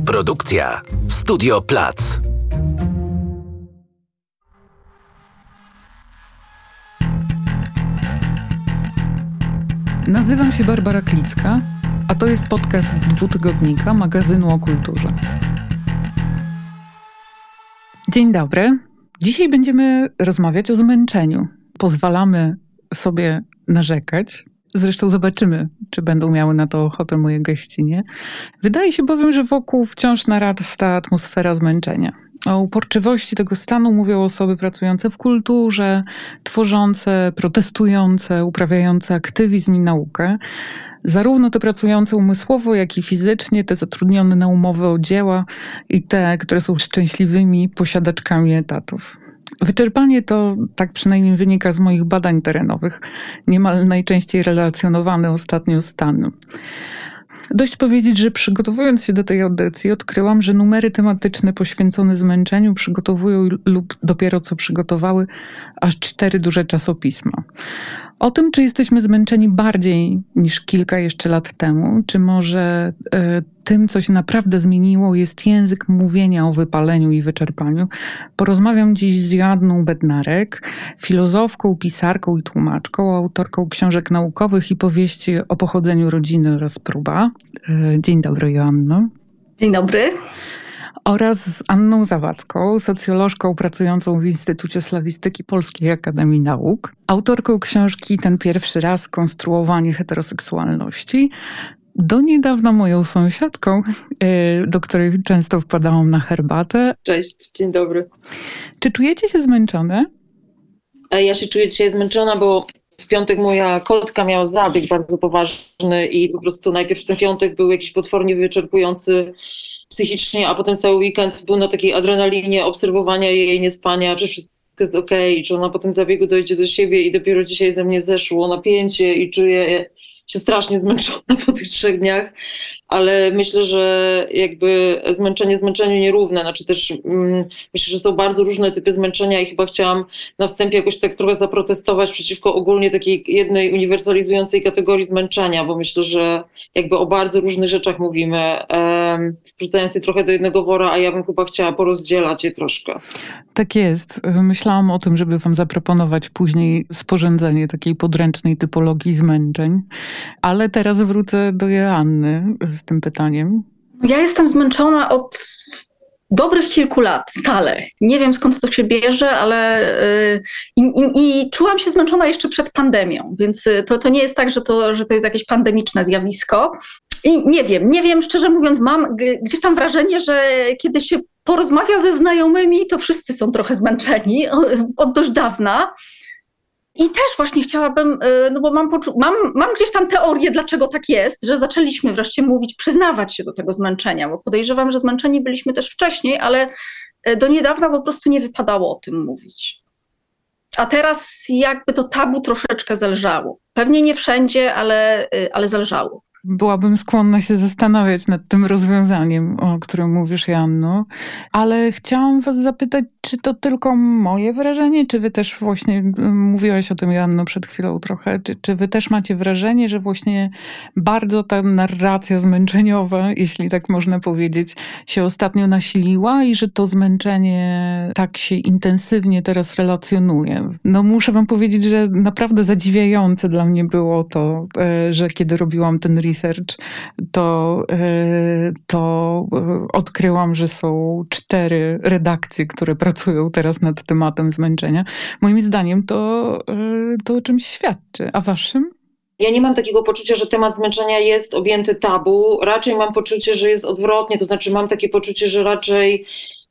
Produkcja Studio Plac. Nazywam się Barbara Klicka, a to jest podcast Dwutygodnika, magazynu o kulturze. Dzień dobry. Dzisiaj będziemy rozmawiać o zmęczeniu. Pozwalamy sobie narzekać. Zresztą zobaczymy, czy będą miały na to ochotę moje gościnie. Wydaje się bowiem, że wokół wciąż narasta atmosfera zmęczenia. O uporczywości tego stanu mówią osoby pracujące w kulturze, tworzące, protestujące, uprawiające aktywizm i naukę. Zarówno te pracujące umysłowo, jak i fizycznie, te zatrudnione na umowę o dzieła i te, które są szczęśliwymi posiadaczkami etatów. Wyczerpanie to, tak przynajmniej wynika z moich badań terenowych, niemal najczęściej relacjonowany ostatnio stan. Dość powiedzieć, że przygotowując się do tej audycji, odkryłam, że numery tematyczne poświęcone zmęczeniu przygotowują lub dopiero co przygotowały aż 4 duże czasopisma. O tym, czy jesteśmy zmęczeni bardziej niż kilka jeszcze lat temu, czy może tym, co się naprawdę zmieniło, jest język mówienia o wypaleniu i wyczerpaniu, porozmawiam dziś z Joanną Bednarek, filozofką, pisarką i tłumaczką, autorką książek naukowych i powieści o pochodzeniu rodziny oraz próba. Dzień dobry, Joanno. Dzień dobry. Oraz z Anną Zawadzką, socjolożką pracującą w Instytucie Slawistyki Polskiej Akademii Nauk, autorką książki Ten pierwszy raz konstruowanie heteroseksualności, do niedawna moją sąsiadką, do której często wpadałam na herbatę. Cześć, dzień dobry. Czy czujecie się zmęczone? Ja się czuję dzisiaj zmęczona, bo w piątek moja kotka miała zabieg bardzo poważny i po prostu najpierw ten piątek był jakiś potwornie wyczerpujący psychicznie, a potem cały weekend był na takiej adrenalinie obserwowania jej niespania, czy wszystko jest okej, czy ona po tym zabiegu dojdzie do siebie i dopiero dzisiaj ze mnie zeszło napięcie i czuję się strasznie zmęczona po tych 3 dniach, ale myślę, że jakby zmęczenie zmęczeniu nierówne, znaczy też myślę, że są bardzo różne typy zmęczenia i chyba chciałam na wstępie jakoś tak trochę zaprotestować przeciwko ogólnie takiej jednej uniwersalizującej kategorii zmęczenia, bo myślę, że jakby o bardzo różnych rzeczach mówimy, wrzucając je trochę do jednego wora, a ja bym chyba chciała porozdzielać je troszkę. Tak jest. Myślałam o tym, żeby wam zaproponować później sporządzenie takiej podręcznej typologii zmęczeń, ale teraz wrócę do Joanny z tym pytaniem. Ja jestem zmęczona od dobrych kilku lat, stale. Nie wiem, skąd to się bierze, ale i czułam się zmęczona jeszcze przed pandemią, więc to nie jest tak, że to jest jakieś pandemiczne zjawisko. I nie wiem, szczerze mówiąc, mam gdzieś tam wrażenie, że kiedy się porozmawia ze znajomymi, to wszyscy są trochę zmęczeni od dość dawna. I też właśnie chciałabym, no bo mam gdzieś tam teorię, dlaczego tak jest, że zaczęliśmy wreszcie mówić, przyznawać się do tego zmęczenia, bo podejrzewam, że zmęczeni byliśmy też wcześniej, ale do niedawna po prostu nie wypadało o tym mówić. A teraz jakby to tabu troszeczkę zelżało. Pewnie nie wszędzie, ale zelżało. Byłabym skłonna się zastanawiać nad tym rozwiązaniem, o którym mówisz, Joanno, ale chciałam was zapytać, czy to tylko moje wrażenie, czy wy też właśnie, mówiłaś o tym, Joanno, przed chwilą trochę, czy wy też macie wrażenie, że właśnie bardzo ta narracja zmęczeniowa, jeśli tak można powiedzieć, się ostatnio nasiliła i że to zmęczenie tak się intensywnie teraz relacjonuje. No muszę wam powiedzieć, że naprawdę zadziwiające dla mnie było to, że kiedy robiłam ten research, to odkryłam, że są 4 redakcje, które pracują teraz nad tematem zmęczenia. Moim zdaniem to o czymś świadczy. A waszym? Ja nie mam takiego poczucia, że temat zmęczenia jest objęty tabu. Raczej mam poczucie, że jest odwrotnie. To znaczy mam takie poczucie, że raczej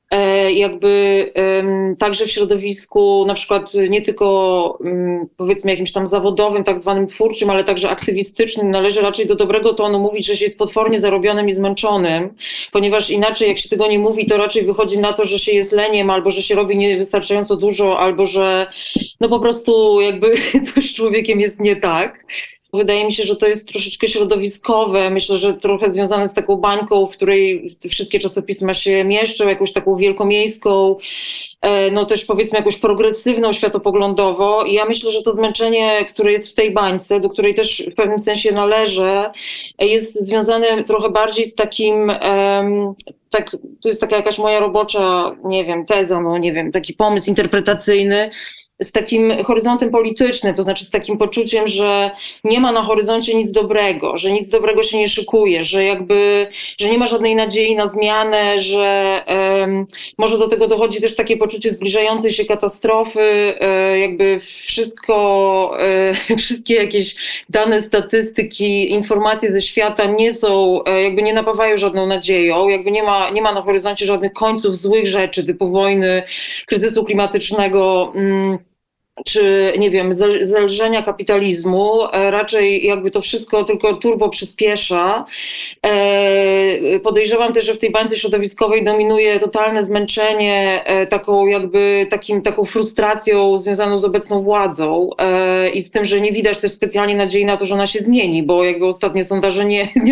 także w środowisku na przykład nie tylko powiedzmy jakimś tam zawodowym, tak zwanym twórczym, ale także aktywistycznym należy raczej do dobrego tonu mówić, że się jest potwornie zarobionym i zmęczonym, ponieważ inaczej jak się tego nie mówi, to raczej wychodzi na to, że się jest leniem, albo że się robi niewystarczająco dużo, albo że no po prostu jakby coś z człowiekiem jest nie tak. Wydaje mi się, że to jest troszeczkę środowiskowe. Myślę, że trochę związane z taką bańką, w której wszystkie czasopisma się mieszczą, jakąś taką wielkomiejską, no też powiedzmy jakąś progresywną światopoglądowo. I ja myślę, że to zmęczenie, które jest w tej bańce, do której też w pewnym sensie należę, jest związane trochę bardziej z takim, to jest taka jakaś moja robocza, nie wiem, teza, no nie wiem, taki pomysł interpretacyjny, z takim horyzontem politycznym, to znaczy z takim poczuciem, że nie ma na horyzoncie nic dobrego, że nic dobrego się nie szykuje, że że nie ma żadnej nadziei na zmianę, że może do tego dochodzi też takie poczucie zbliżającej się katastrofy, jakby wszystkie jakieś dane, statystyki, informacje ze świata nie napawają żadną nadzieją, jakby nie ma na horyzoncie żadnych końców złych rzeczy, typu wojny, kryzysu klimatycznego, czy nie wiem, zelżenia kapitalizmu, raczej jakby to wszystko tylko turbo przyspiesza. Podejrzewam też, że w tej bańce środowiskowej dominuje totalne zmęczenie taką frustracją związaną z obecną władzą i z tym, że nie widać też specjalnie nadziei na to, że ona się zmieni, bo jakby ostatnie sondaże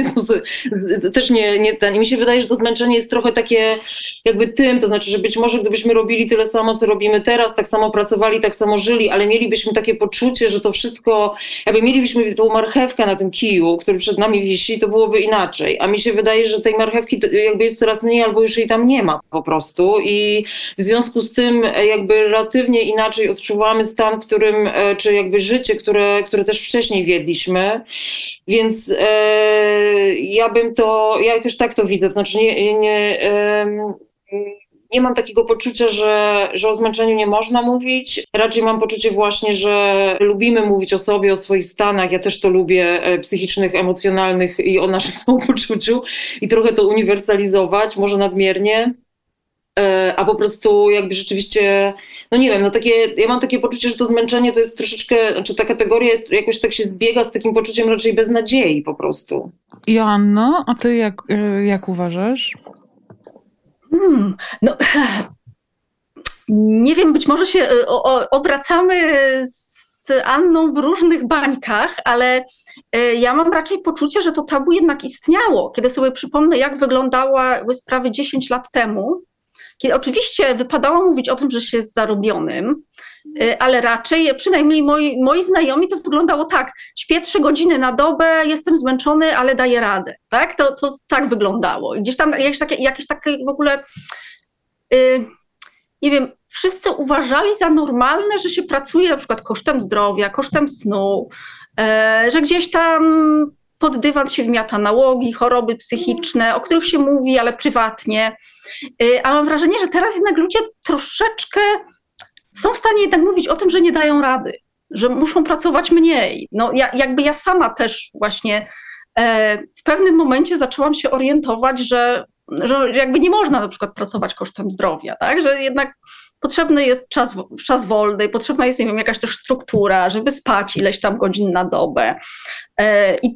mi się wydaje, że to zmęczenie jest trochę takie jakby to znaczy, że być może gdybyśmy robili tyle samo, co robimy teraz, tak samo pracowali, tak samo żyli, ale mielibyśmy takie poczucie, że to wszystko, jakby mielibyśmy tą marchewkę na tym kiju, który przed nami wisi, to byłoby inaczej. A mi się wydaje, że tej marchewki jakby jest coraz mniej, albo już jej tam nie ma po prostu i w związku z tym jakby relatywnie inaczej odczuwamy stan, czy jakby życie, które też wcześniej wiedliśmy. Więc ja jakoś tak to widzę, to znaczy nie mam takiego poczucia, że o zmęczeniu nie można mówić. Raczej mam poczucie właśnie, że lubimy mówić o sobie, o swoich stanach. Ja też to lubię, psychicznych, emocjonalnych i o naszym samopoczuciu i trochę to uniwersalizować, może nadmiernie, a po prostu jakby rzeczywiście, no nie wiem, ja mam takie poczucie, że to zmęczenie to jest troszeczkę, znaczy ta kategoria jest jakoś tak się zbiega z takim poczuciem raczej beznadziei po prostu. Joanno, a ty jak uważasz? No, nie wiem, być może się obracamy z Anną w różnych bańkach, ale ja mam raczej poczucie, że to tabu jednak istniało. Kiedy sobie przypomnę, jak wyglądały sprawy 10 lat temu, kiedy oczywiście wypadało mówić o tym, że się jest zarobionym, ale raczej, przynajmniej moi znajomi, to wyglądało tak: śpię 3 godziny na dobę, jestem zmęczony, ale daję radę. Tak? To tak wyglądało. I gdzieś tam jakieś takie w ogóle, nie wiem, wszyscy uważali za normalne, że się pracuje na przykład kosztem zdrowia, kosztem snu, że gdzieś tam pod dywan się wmiata nałogi, choroby psychiczne, o których się mówi, ale prywatnie. A mam wrażenie, że teraz jednak ludzie troszeczkę są w stanie jednak mówić o tym, że nie dają rady, że muszą pracować mniej. No, ja sama też właśnie w pewnym momencie zaczęłam się orientować, że jakby nie można na przykład pracować kosztem zdrowia, tak? Że jednak potrzebny jest czas wolny, potrzebna jest, nie wiem, jakaś też struktura, żeby spać ileś tam godzin na dobę. I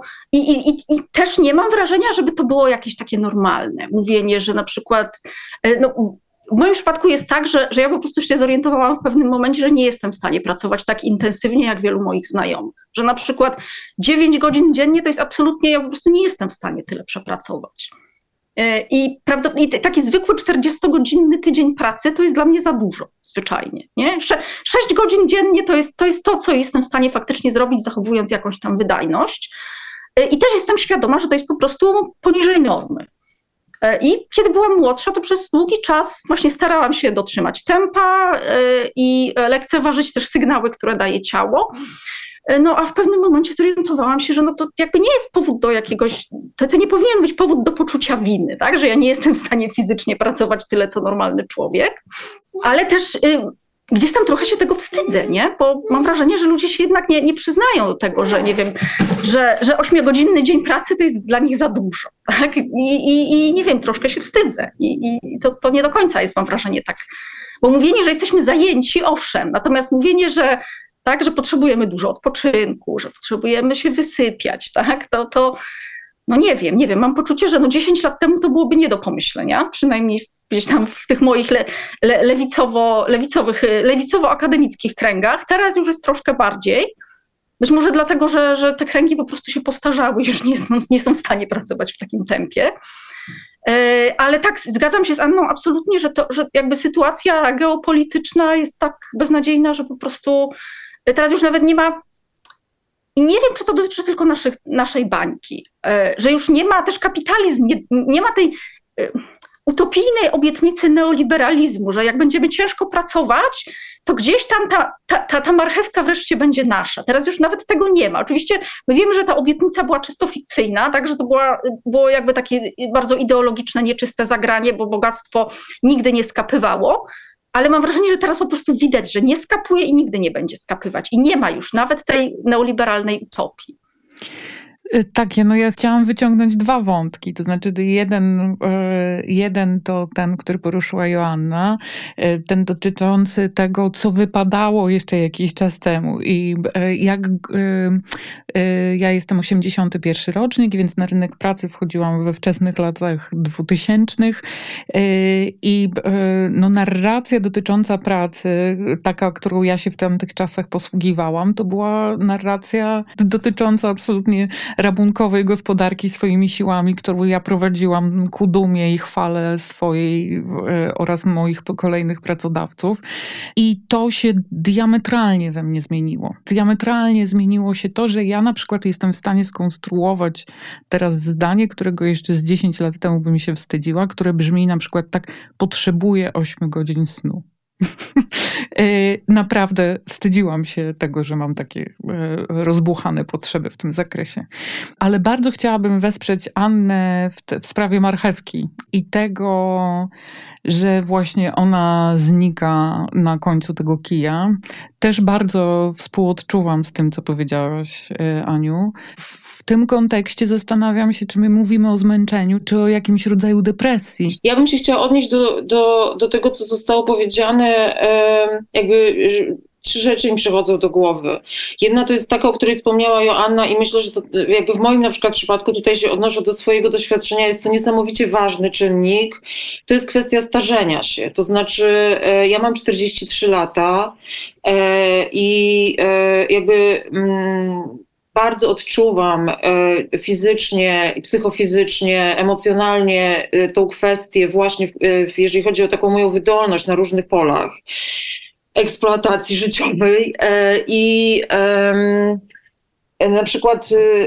też nie mam wrażenia, żeby to było jakieś takie normalne mówienie, że na przykład, no, w moim przypadku jest tak, że ja po prostu się zorientowałam w pewnym momencie, że nie jestem w stanie pracować tak intensywnie jak wielu moich znajomych. Że na przykład 9 godzin dziennie to jest absolutnie, ja po prostu nie jestem w stanie tyle przepracować. I taki zwykły 40-godzinny tydzień pracy to jest dla mnie za dużo, zwyczajnie. Nie? 6 godzin dziennie to jest to, co jestem w stanie faktycznie zrobić, zachowując jakąś tam wydajność. I też jestem świadoma, że to jest po prostu poniżej normy. I kiedy byłam młodsza, to przez długi czas właśnie starałam się dotrzymać tempa i lekceważyć też sygnały, które daje ciało. No a w pewnym momencie zorientowałam się, że no to jakby nie jest powód do jakiegoś, to nie powinien być powód do poczucia winy, tak? Że ja nie jestem w stanie fizycznie pracować tyle, co normalny człowiek, ale też gdzieś tam trochę się tego wstydzę, nie? Bo mam wrażenie, że ludzie się jednak nie przyznają do tego, że nie wiem, że 8-godzinny dzień pracy to jest dla nich za dużo, tak? I nie wiem, troszkę się wstydzę i to nie do końca jest, mam wrażenie, tak. Bo mówienie, że jesteśmy zajęci, owszem, natomiast mówienie, że tak, że potrzebujemy dużo odpoczynku, że potrzebujemy się wysypiać, tak, to no nie wiem, mam poczucie, że 10 lat temu to byłoby nie do pomyślenia, przynajmniej gdzieś tam w tych moich lewicowo-akademickich kręgach. Teraz już jest troszkę bardziej, Być może dlatego, że te kręgi po prostu się postarzały, już nie są w stanie pracować w takim tempie. Ale tak, zgadzam się z Anną absolutnie, że jakby sytuacja geopolityczna jest tak beznadziejna, że po prostu teraz już nawet nie ma, i nie wiem, czy to dotyczy tylko naszej bańki, że już nie ma też kapitalizm, nie ma tej utopijnej obietnicy neoliberalizmu, że jak będziemy ciężko pracować, to gdzieś tam ta marchewka wreszcie będzie nasza. Teraz już nawet tego nie ma. Oczywiście my wiemy, że ta obietnica była czysto fikcyjna, także to było jakby takie bardzo ideologiczne, nieczyste zagranie, bo bogactwo nigdy nie skapywało, ale mam wrażenie, że teraz po prostu widać, że nie skapuje i nigdy nie będzie skapywać. I nie ma już nawet tej neoliberalnej utopii. Tak, ja chciałam wyciągnąć dwa wątki, to znaczy jeden to ten, który poruszyła Joanna, ten dotyczący tego, co wypadało jeszcze jakiś czas temu i ja jestem 81 rocznik, więc na rynek pracy wchodziłam we wczesnych latach 2000 i narracja dotycząca pracy, taka, którą ja się w tamtych czasach posługiwałam, to była narracja dotycząca absolutnie rabunkowej gospodarki swoimi siłami, którą ja prowadziłam ku dumie i chwale swojej oraz moich kolejnych pracodawców. I to się diametralnie we mnie zmieniło. Diametralnie zmieniło się to, że ja na przykład jestem w stanie skonstruować teraz zdanie, którego jeszcze z 10 lat temu bym się wstydziła, które brzmi na przykład tak: potrzebuję 8 godzin snu. Naprawdę wstydziłam się tego, że mam takie rozbuchane potrzeby w tym zakresie. Ale bardzo chciałabym wesprzeć Annę w sprawie marchewki i tego, że właśnie ona znika na końcu tego kija. Też bardzo współodczuwam z tym, co powiedziałaś, Aniu. W tym kontekście zastanawiam się, czy my mówimy o zmęczeniu, czy o jakimś rodzaju depresji. Ja bym się chciała odnieść do tego, co zostało powiedziane, jakby 3 rzeczy mi przychodzą do głowy. Jedna to jest taka, o której wspomniała Joanna i myślę, że to jakby w moim na przykład przypadku, tutaj się odnoszę do swojego doświadczenia, jest to niesamowicie ważny czynnik. To jest kwestia starzenia się. To znaczy ja mam 43 lata i jakby bardzo odczuwam fizycznie, psychofizycznie, emocjonalnie tą kwestię właśnie, jeżeli chodzi o taką moją wydolność na różnych polach eksploatacji życiowej i na przykład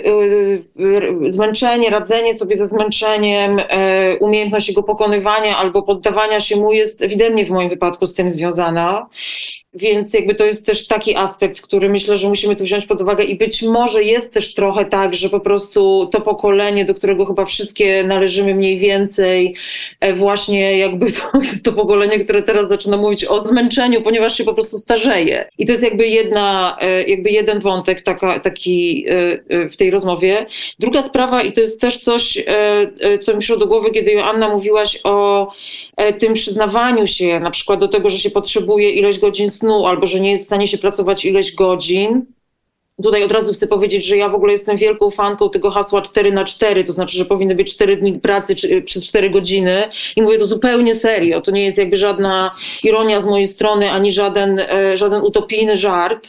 zmęczenie, radzenie sobie ze zmęczeniem, umiejętność jego pokonywania albo poddawania się mu jest ewidentnie w moim wypadku z tym związana. Więc jakby to jest też taki aspekt, który myślę, że musimy tu wziąć pod uwagę i być może jest też trochę tak, że po prostu to pokolenie, do którego chyba wszystkie należymy mniej więcej, właśnie jakby to jest to pokolenie, które teraz zaczyna mówić o zmęczeniu, ponieważ się po prostu starzeje. I to jest jakby jeden wątek taki w tej rozmowie. Druga sprawa, i to jest też coś, co mi przyszło do głowy, kiedy Joanna mówiłaś o tym przyznawaniu się na przykład do tego, że się potrzebuje ilość godzin snu albo że nie jest w stanie się pracować ileś godzin. Tutaj od razu chcę powiedzieć, że ja w ogóle jestem wielką fanką tego hasła 4x4, to znaczy, że powinny być 4 dni pracy przez 4 godziny i mówię to zupełnie serio. To nie jest jakby żadna ironia z mojej strony, ani żaden utopijny żart.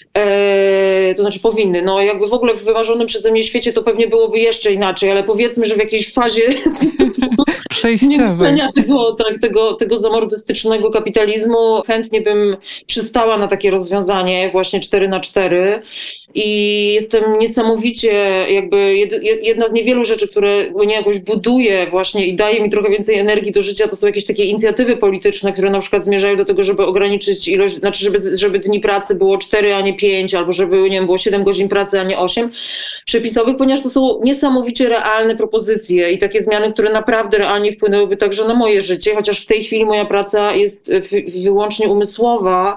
To znaczy powinny. No jakby w ogóle w wymarzonym przeze mnie świecie to pewnie byłoby jeszcze inaczej, ale powiedzmy, że w jakiejś fazie przejściowej tego zamordystycznego kapitalizmu chętnie bym przystała na takie rozwiązanie właśnie 4x4 i jestem niesamowicie jakby jedna z niewielu rzeczy, które mnie jakoś buduje właśnie i daje mi trochę więcej energii do życia, to są jakieś takie inicjatywy polityczne, które na przykład zmierzają do tego, żeby ograniczyć ilość, znaczy żeby dni pracy było 4, a nie 5, albo żeby, nie wiem, było 7 godzin pracy, a nie 8 przepisowych, ponieważ to są niesamowicie realne propozycje i takie zmiany, które naprawdę realnie wpłynęłyby także na moje życie, chociaż w tej chwili moja praca jest wyłącznie umysłowa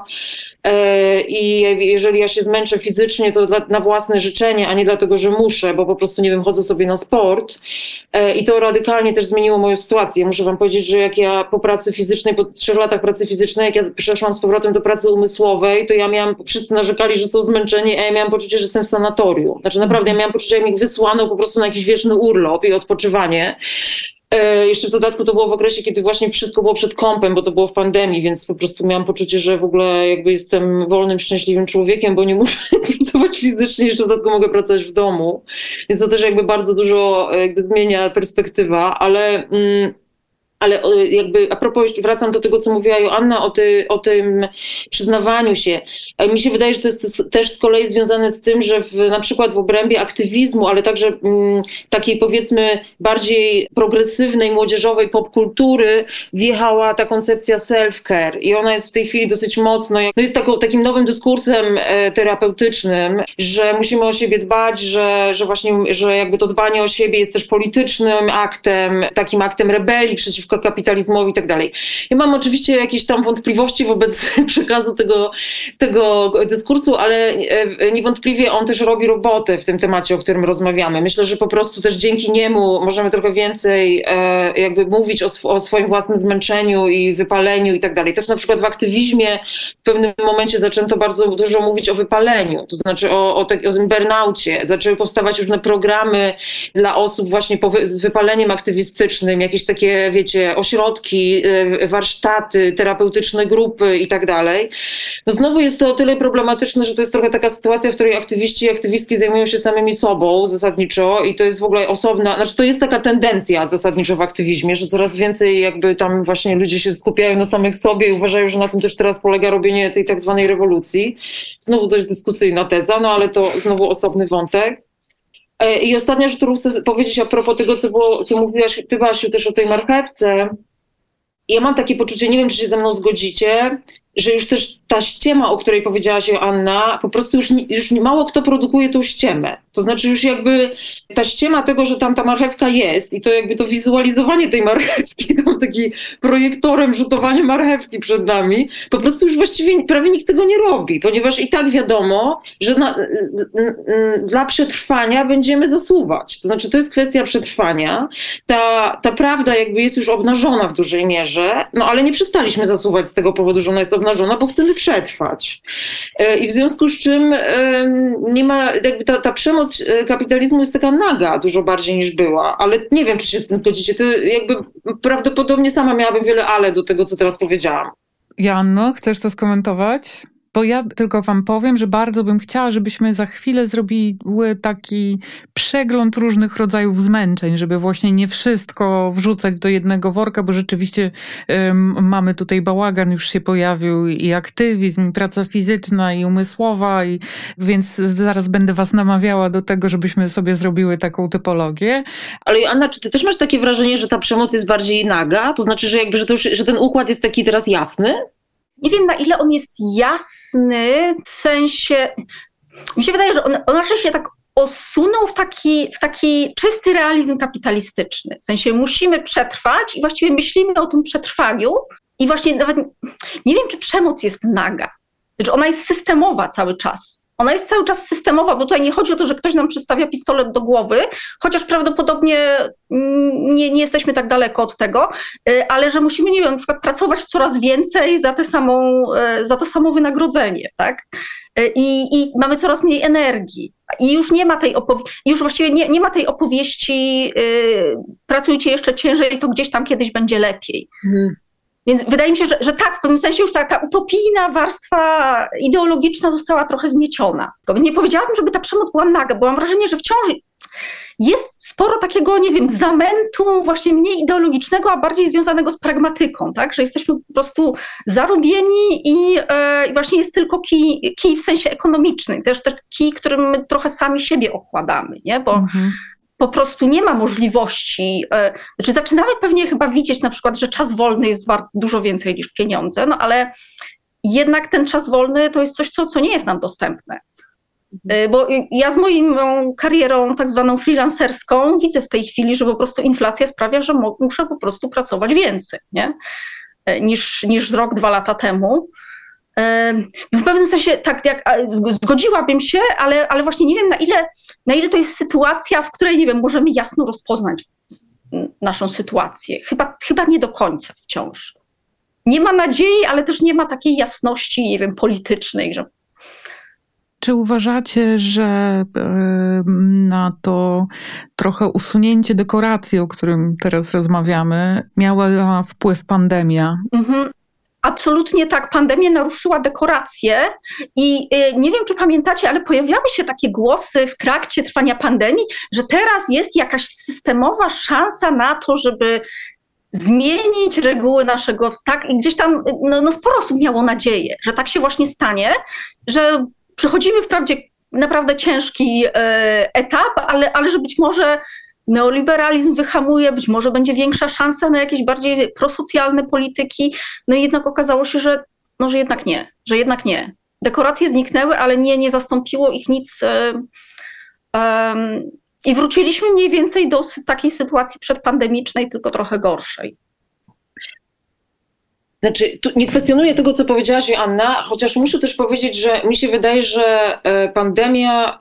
i jeżeli ja się zmęczę fizycznie, to na własne życzenie, a nie dlatego, że muszę, bo po prostu, nie wiem, chodzę sobie na sport i to radykalnie też zmieniło moją sytuację. Muszę wam powiedzieć, że jak ja po pracy fizycznej, po 3 latach pracy fizycznej, jak ja przeszłam z powrotem do pracy umysłowej, to ja wszyscy narzekali, że są zmęczeni, a ja miałam poczucie, że jestem w sanatorium. Znaczy naprawdę, ja miałam poczucie, jak mi wysłano po prostu na jakiś wieczny urlop i odpoczywanie. Jeszcze w dodatku to było w okresie, kiedy właśnie wszystko było przed kompem, bo to było w pandemii, więc po prostu miałam poczucie, że w ogóle jakby jestem wolnym, szczęśliwym człowiekiem, bo nie muszę pracować fizycznie, jeszcze w dodatku mogę pracować w domu. Więc to też jakby bardzo dużo jakby zmienia perspektywa, ale jakby a propos, jeszcze wracam do tego, co mówiła Joanna o tym przyznawaniu się. Mi się wydaje, że to jest też z kolei związane z tym, że na przykład w obrębie aktywizmu, ale także takiej powiedzmy bardziej progresywnej, młodzieżowej popkultury wjechała ta koncepcja self-care i ona jest w tej chwili dosyć mocno, jest takim nowym dyskursem terapeutycznym, że musimy o siebie dbać, że jakby to dbanie o siebie jest też politycznym aktem, takim aktem rebelii przeciwko kapitalizmowi i tak dalej. Ja mam oczywiście jakieś tam wątpliwości wobec przekazu tego dyskursu, ale niewątpliwie on też robi robotę w tym temacie, o którym rozmawiamy. Myślę, że po prostu też dzięki niemu możemy trochę więcej jakby mówić o swoim własnym zmęczeniu i wypaleniu i tak dalej. Też na przykład w aktywizmie w pewnym momencie zaczęto bardzo dużo mówić o wypaleniu, to znaczy o tym burnaucie. Zaczęły powstawać różne programy dla osób właśnie z wypaleniem aktywistycznym, jakieś takie, wiecie, ośrodki, warsztaty, terapeutyczne grupy i tak dalej. No znowu jest to o tyle problematyczne, że to jest trochę taka sytuacja, w której aktywiści i aktywistki zajmują się samymi sobą zasadniczo i to jest w ogóle osobna, znaczy to jest taka tendencja zasadniczo w aktywizmie, że coraz więcej jakby tam właśnie ludzie się skupiają na samych sobie i uważają, że na tym też teraz polega robienie tej tak zwanej rewolucji. Znowu dość dyskusyjna teza, no ale to znowu osobny wątek. I ostatnia rzecz, którą chcę powiedzieć a propos tego, co mówiłaś ty, Basiu, też o tej marchewce. Ja mam takie poczucie, nie wiem, czy się ze mną zgodzicie, że już też ta ściema, o której powiedziałaś Joanna, po prostu już mało kto produkuje tą ściemę. To znaczy już jakby ta ściema tego, że tam ta marchewka jest i to jakby to wizualizowanie tej marchewki, tam taki projektorem rzutowanie marchewki przed nami, po prostu już właściwie prawie nikt tego nie robi, ponieważ i tak wiadomo, że dla przetrwania będziemy zasuwać. To znaczy to jest kwestia przetrwania. Ta prawda jakby jest już obnażona w dużej mierze, no ale nie przestaliśmy zasuwać z tego powodu, że ona jest obnażona, bo chcemy przetrwać. I w związku z czym nie ma, jakby ta przemoc kapitalizmu jest taka naga dużo bardziej niż była, ale nie wiem, czy się z tym zgodzicie. To jakby prawdopodobnie sama miałabym wiele ale do tego, co teraz powiedziałam. Joanno, chcesz to skomentować? Bo ja tylko wam powiem, że bardzo bym chciała, żebyśmy za chwilę zrobiły taki przegląd różnych rodzajów zmęczeń, żeby właśnie nie wszystko wrzucać do jednego worka, bo rzeczywiście mamy tutaj bałagan, już się pojawił i aktywizm, i praca fizyczna, i umysłowa, więc zaraz będę was namawiała do tego, żebyśmy sobie zrobiły taką typologię. Ale Joanna, czy ty też masz takie wrażenie, że ta przemoc jest bardziej naga? To znaczy, że jakby, że ten układ jest taki teraz jasny? Nie wiem, na ile on jest jasny, w sensie, mi się wydaje, że on raczej się tak osunął w taki czysty realizm kapitalistyczny. W sensie musimy przetrwać i właściwie myślimy o tym przetrwaniu i właśnie nawet nie wiem, czy przemoc jest naga. Znaczy ona jest systemowa cały czas. Ona jest cały czas systemowa, bo tutaj nie chodzi o to, że ktoś nam przystawia pistolet do głowy, chociaż prawdopodobnie nie jesteśmy tak daleko od tego, ale że musimy, nie wiem, na przykład pracować coraz więcej za to samo wynagrodzenie, tak? I mamy coraz mniej energii. I już nie ma nie ma tej opowieści pracujcie jeszcze ciężej, to gdzieś tam kiedyś będzie lepiej. Więc wydaje mi się, że tak, w pewnym sensie już ta utopijna warstwa ideologiczna została trochę zmieciona. Więc nie powiedziałabym, żeby ta przemoc była naga, bo mam wrażenie, że wciąż jest sporo takiego, nie wiem, zamętu właśnie mniej ideologicznego, a bardziej związanego z pragmatyką, tak? Że jesteśmy po prostu zarobieni i właśnie jest tylko kij w sensie ekonomicznym, też kij, którym my trochę sami siebie okładamy, nie? Bo po prostu nie ma możliwości, znaczy zaczynamy pewnie chyba widzieć na przykład, że czas wolny jest wart dużo więcej niż pieniądze, no ale jednak ten czas wolny to jest coś, co nie jest nam dostępne. Bo ja z moją karierą tak zwaną freelancerską widzę w tej chwili, że po prostu inflacja sprawia, że muszę po prostu pracować więcej, nie? Niż rok, 2 lata temu. W pewnym sensie tak, zgodziłabym się, ale właśnie nie wiem na ile to jest sytuacja, w której, nie wiem, możemy jasno rozpoznać naszą sytuację. Chyba nie do końca wciąż. Nie ma nadziei, ale też nie ma takiej jasności, nie wiem, politycznej, że... czy uważacie, że na to trochę usunięcie dekoracji, o którym teraz rozmawiamy, miała wpływ pandemia? Absolutnie tak. Pandemia naruszyła dekoracje i nie wiem, czy pamiętacie, ale pojawiały się takie głosy w trakcie trwania pandemii, że teraz jest jakaś systemowa szansa na to, żeby zmienić reguły naszego, tak, i gdzieś tam sporo osób miało nadzieję, że tak się właśnie stanie, że przechodzimy wprawdzie naprawdę ciężki etap, ale że być może neoliberalizm wyhamuje, być może będzie większa szansa na jakieś bardziej prosocjalne polityki, no i jednak okazało się, że jednak nie. Dekoracje zniknęły, ale nie zastąpiło ich nic i wróciliśmy mniej więcej do takiej sytuacji przedpandemicznej, tylko trochę gorszej. Znaczy, tu nie kwestionuję tego, co powiedziałaś, Joanna, chociaż muszę też powiedzieć, że mi się wydaje, że pandemia...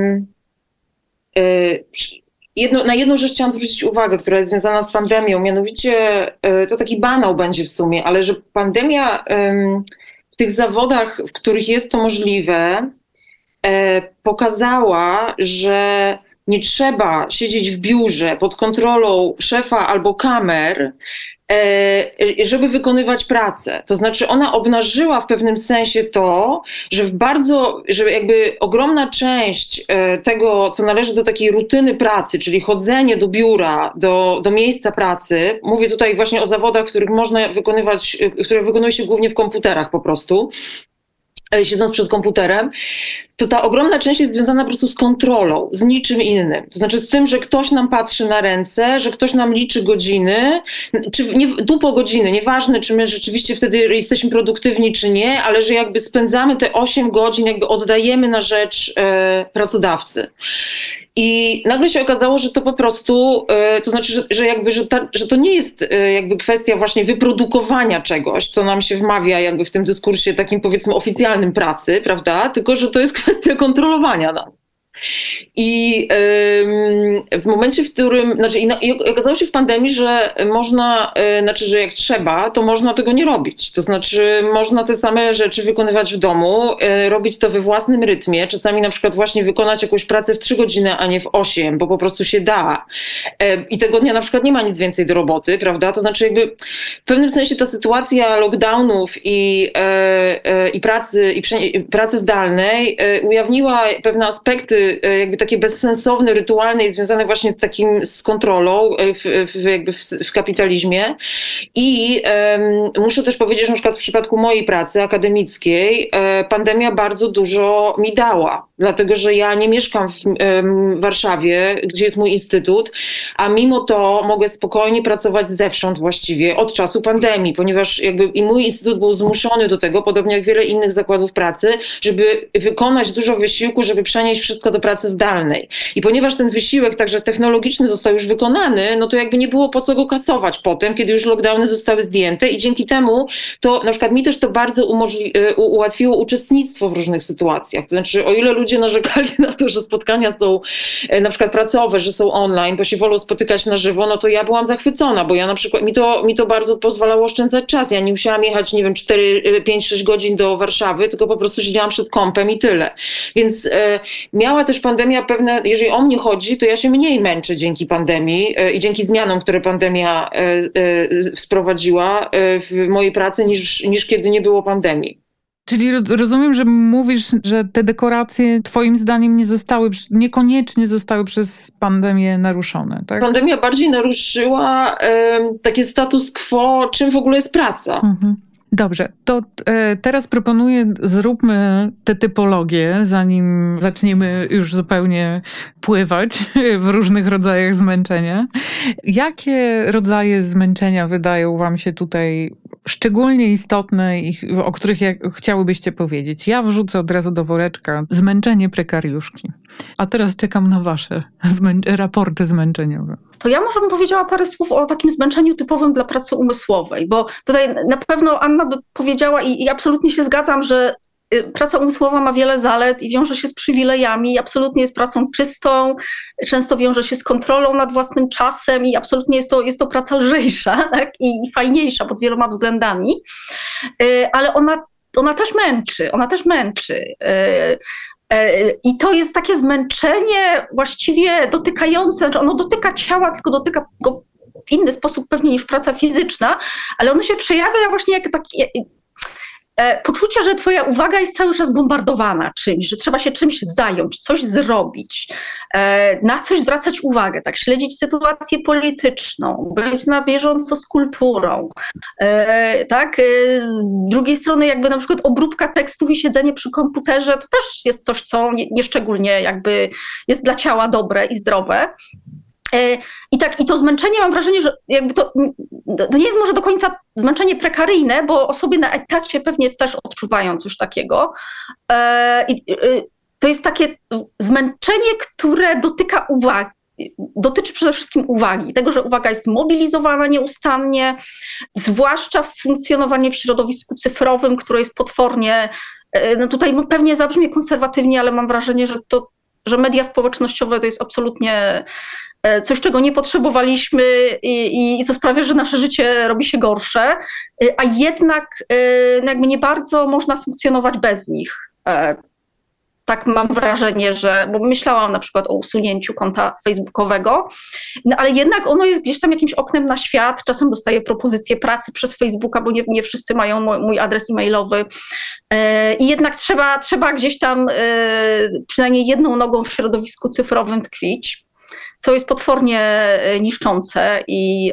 Na jedną rzecz chciałam zwrócić uwagę, która jest związana z pandemią, mianowicie to taki banał będzie w sumie, ale że pandemia w tych zawodach, w których jest to możliwe, pokazała, że nie trzeba siedzieć w biurze pod kontrolą szefa albo kamer, żeby wykonywać pracę. To znaczy ona obnażyła w pewnym sensie to, że jakby ogromna część tego, co należy do takiej rutyny pracy, czyli chodzenie do biura, do miejsca pracy, mówię tutaj właśnie o zawodach, których można wykonywać, które wykonuje się głównie w komputerach po prostu, siedząc przed komputerem, to ta ogromna część jest związana po prostu z kontrolą, z niczym innym. To znaczy z tym, że ktoś nam patrzy na ręce, że ktoś nam liczy godziny, czy dupo godziny, nieważne, czy my rzeczywiście wtedy jesteśmy produktywni, czy nie, ale że jakby spędzamy te 8 godzin, jakby oddajemy na rzecz pracodawcy. I nagle się okazało, że to po prostu, to znaczy, że to nie jest jakby kwestia właśnie wyprodukowania czegoś, co nam się wmawia jakby w tym dyskursie takim powiedzmy oficjalnym pracy, prawda? Tylko, że to jest kwestia kontrolowania nas. I w momencie, w którym, i okazało się w pandemii, że można, że jak trzeba, to można tego nie robić. To znaczy można te same rzeczy wykonywać w domu, robić to we własnym rytmie, czasami na przykład właśnie wykonać jakąś pracę w 3 godziny, a nie w 8, bo po prostu się da. I tego dnia na przykład nie ma nic więcej do roboty, prawda? To znaczy jakby w pewnym sensie ta sytuacja lockdownów i pracy zdalnej ujawniła pewne aspekty jakby takie bezsensowne, rytualne i związane właśnie z kontrolą w kapitalizmie. I muszę też powiedzieć, że na przykład w przypadku mojej pracy akademickiej pandemia bardzo dużo mi dała, dlatego że ja nie mieszkam w Warszawie, gdzie jest mój instytut, a mimo to mogę spokojnie pracować zewsząd właściwie od czasu pandemii, ponieważ jakby i mój instytut był zmuszony do tego, podobnie jak wiele innych zakładów pracy, żeby wykonać dużo wysiłku, żeby przenieść wszystko do pracy zdalnej. I ponieważ ten wysiłek także technologiczny został już wykonany, no to jakby nie było po co go kasować potem, kiedy już lockdowny zostały zdjęte i dzięki temu to na przykład mi też to bardzo ułatwiło uczestnictwo w różnych sytuacjach. To znaczy o ile ludzie narzekali na to, że spotkania są na przykład pracowe, że są online, bo się wolą spotykać na żywo, no to ja byłam zachwycona, bo ja na przykład mi to bardzo pozwalało oszczędzać czas. Ja nie musiałam jechać, nie wiem, 4, 5, 6 godzin do Warszawy, tylko po prostu siedziałam przed kompem i tyle. Więc miała też pandemia pewne, jeżeli o mnie chodzi, to ja się mniej męczę dzięki pandemii i dzięki zmianom, które pandemia sprowadziła w mojej pracy niż kiedy nie było pandemii. Czyli rozumiem, że mówisz, że te dekoracje twoim zdaniem niekoniecznie zostały przez pandemię naruszone, tak? Pandemia bardziej naruszyła takie status quo, czym w ogóle jest praca. Mhm. Dobrze, to teraz proponuję, zróbmy tę typologię, zanim zaczniemy już zupełnie pływać w różnych rodzajach zmęczenia. Jakie rodzaje zmęczenia wydają wam się tutaj szczególnie istotne i o których chciałybyście powiedzieć? Ja wrzucę od razu do woreczka zmęczenie prekariuszki. A teraz czekam na wasze raporty zmęczeniowe. To ja może bym powiedziała parę słów o takim zmęczeniu typowym dla pracy umysłowej, bo tutaj na pewno Anna by powiedziała i absolutnie się zgadzam, że praca umysłowa ma wiele zalet i wiąże się z przywilejami i absolutnie jest pracą czystą, często wiąże się z kontrolą nad własnym czasem i absolutnie jest to praca lżejsza, tak? I fajniejsza pod wieloma względami, ale ona też męczy. I to jest takie zmęczenie właściwie dotykające, że ono dotyka ciała, tylko dotyka go w inny sposób pewnie niż praca fizyczna, ale ono się przejawia właśnie jak takie poczucie, że twoja uwaga jest cały czas bombardowana czymś, że trzeba się czymś zająć, coś zrobić, na coś zwracać uwagę, tak, śledzić sytuację polityczną, być na bieżąco z kulturą, tak, z drugiej strony jakby na przykład obróbka tekstów i siedzenie przy komputerze to też jest coś, co nieszczególnie jakby jest dla ciała dobre i zdrowe. I to zmęczenie, mam wrażenie, że jakby to nie jest może do końca zmęczenie prekaryjne, bo osoby na etacie pewnie też odczuwają coś takiego. To jest takie zmęczenie, które dotyka uwagi. Dotyczy przede wszystkim uwagi, tego, że uwaga jest mobilizowana nieustannie, zwłaszcza w funkcjonowaniu w środowisku cyfrowym, które jest potwornie, no tutaj pewnie zabrzmie konserwatywnie, ale mam wrażenie, że media społecznościowe to jest absolutnie coś, czego nie potrzebowaliśmy i co sprawia, że nasze życie robi się gorsze, a jednak jakby nie bardzo można funkcjonować bez nich. Tak mam wrażenie, bo myślałam na przykład o usunięciu konta facebookowego, no ale jednak ono jest gdzieś tam jakimś oknem na świat, czasem dostaję propozycje pracy przez Facebooka, bo nie wszyscy mają mój adres e-mailowy i jednak trzeba gdzieś tam przynajmniej jedną nogą w środowisku cyfrowym tkwić, co jest potwornie niszczące i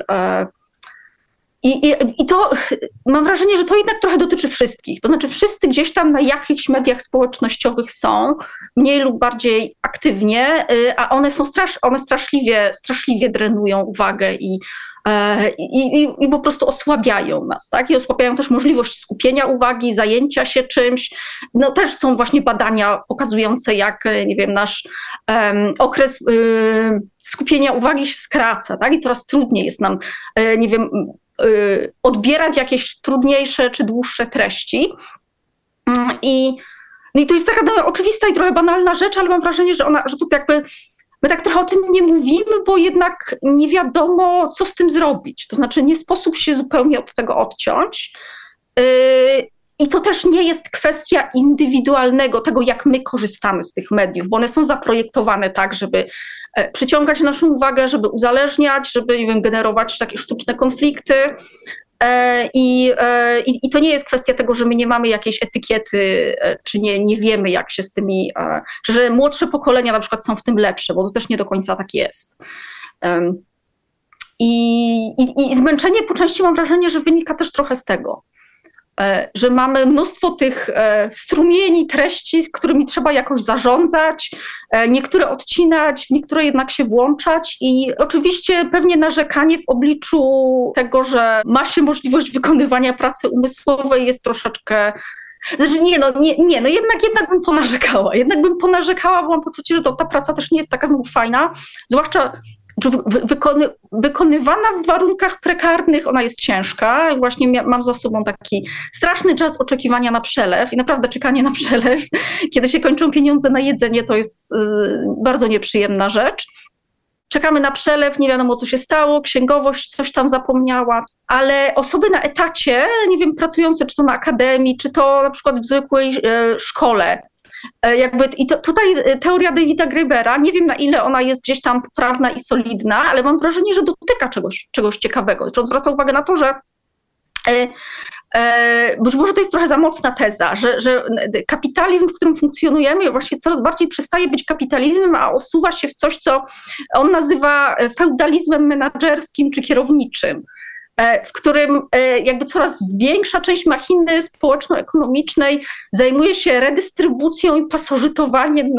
to mam wrażenie, że to jednak trochę dotyczy wszystkich. To znaczy wszyscy gdzieś tam na jakichś mediach społecznościowych są, mniej lub bardziej aktywnie, a one straszliwie drenują uwagę i po prostu osłabiają nas, tak? I osłabiają też możliwość skupienia uwagi, zajęcia się czymś. No też są właśnie badania pokazujące, jak, nie wiem, nasz okres skupienia uwagi się skraca, tak? I coraz trudniej jest nam, nie wiem, odbierać jakieś trudniejsze czy dłuższe treści. No i to jest taka oczywista i trochę banalna rzecz, ale mam wrażenie, że to jakby my tak trochę o tym nie mówimy, bo jednak nie wiadomo, co z tym zrobić. To znaczy nie sposób się zupełnie od tego odciąć. I to też nie jest kwestia indywidualnego, tego jak my korzystamy z tych mediów, bo one są zaprojektowane tak, żeby przyciągać naszą uwagę, żeby uzależniać, żeby, nie wiem, generować takie sztuczne konflikty. I to nie jest kwestia tego, że my nie mamy jakiejś etykiety, czy nie wiemy, jak się z tymi, czy że młodsze pokolenia na przykład są w tym lepsze, bo to też nie do końca tak jest. I zmęczenie po części mam wrażenie, że wynika też trochę z tego, że mamy mnóstwo tych strumieni treści, z którymi trzeba jakoś zarządzać, niektóre odcinać, w niektóre jednak się włączać i oczywiście pewnie narzekanie w obliczu tego, że ma się możliwość wykonywania pracy umysłowej jest troszeczkę... Znaczy jednak bym ponarzekała, bo mam poczucie, że ta praca też nie jest taka znów fajna, zwłaszcza wykonywana w warunkach prekarnych, ona jest ciężka. Właśnie mam za sobą taki straszny czas oczekiwania na przelew i naprawdę czekanie na przelew, kiedy się kończą pieniądze na jedzenie, to jest bardzo nieprzyjemna rzecz. Czekamy na przelew, nie wiadomo co się stało, księgowość coś tam zapomniała, ale osoby na etacie, nie wiem, pracujące czy to na akademii, czy to na przykład w zwykłej szkole, tutaj teoria Davida Grabera, nie wiem na ile ona jest gdzieś tam poprawna i solidna, ale mam wrażenie, że dotyka czegoś ciekawego. Znaczy on zwraca uwagę na to, że być może to jest trochę za mocna teza, że kapitalizm, w którym funkcjonujemy, właśnie coraz bardziej przestaje być kapitalizmem, a osuwa się w coś, co on nazywa feudalizmem menadżerskim czy kierowniczym, w którym jakby coraz większa część machiny społeczno-ekonomicznej zajmuje się redystrybucją i pasożytowaniem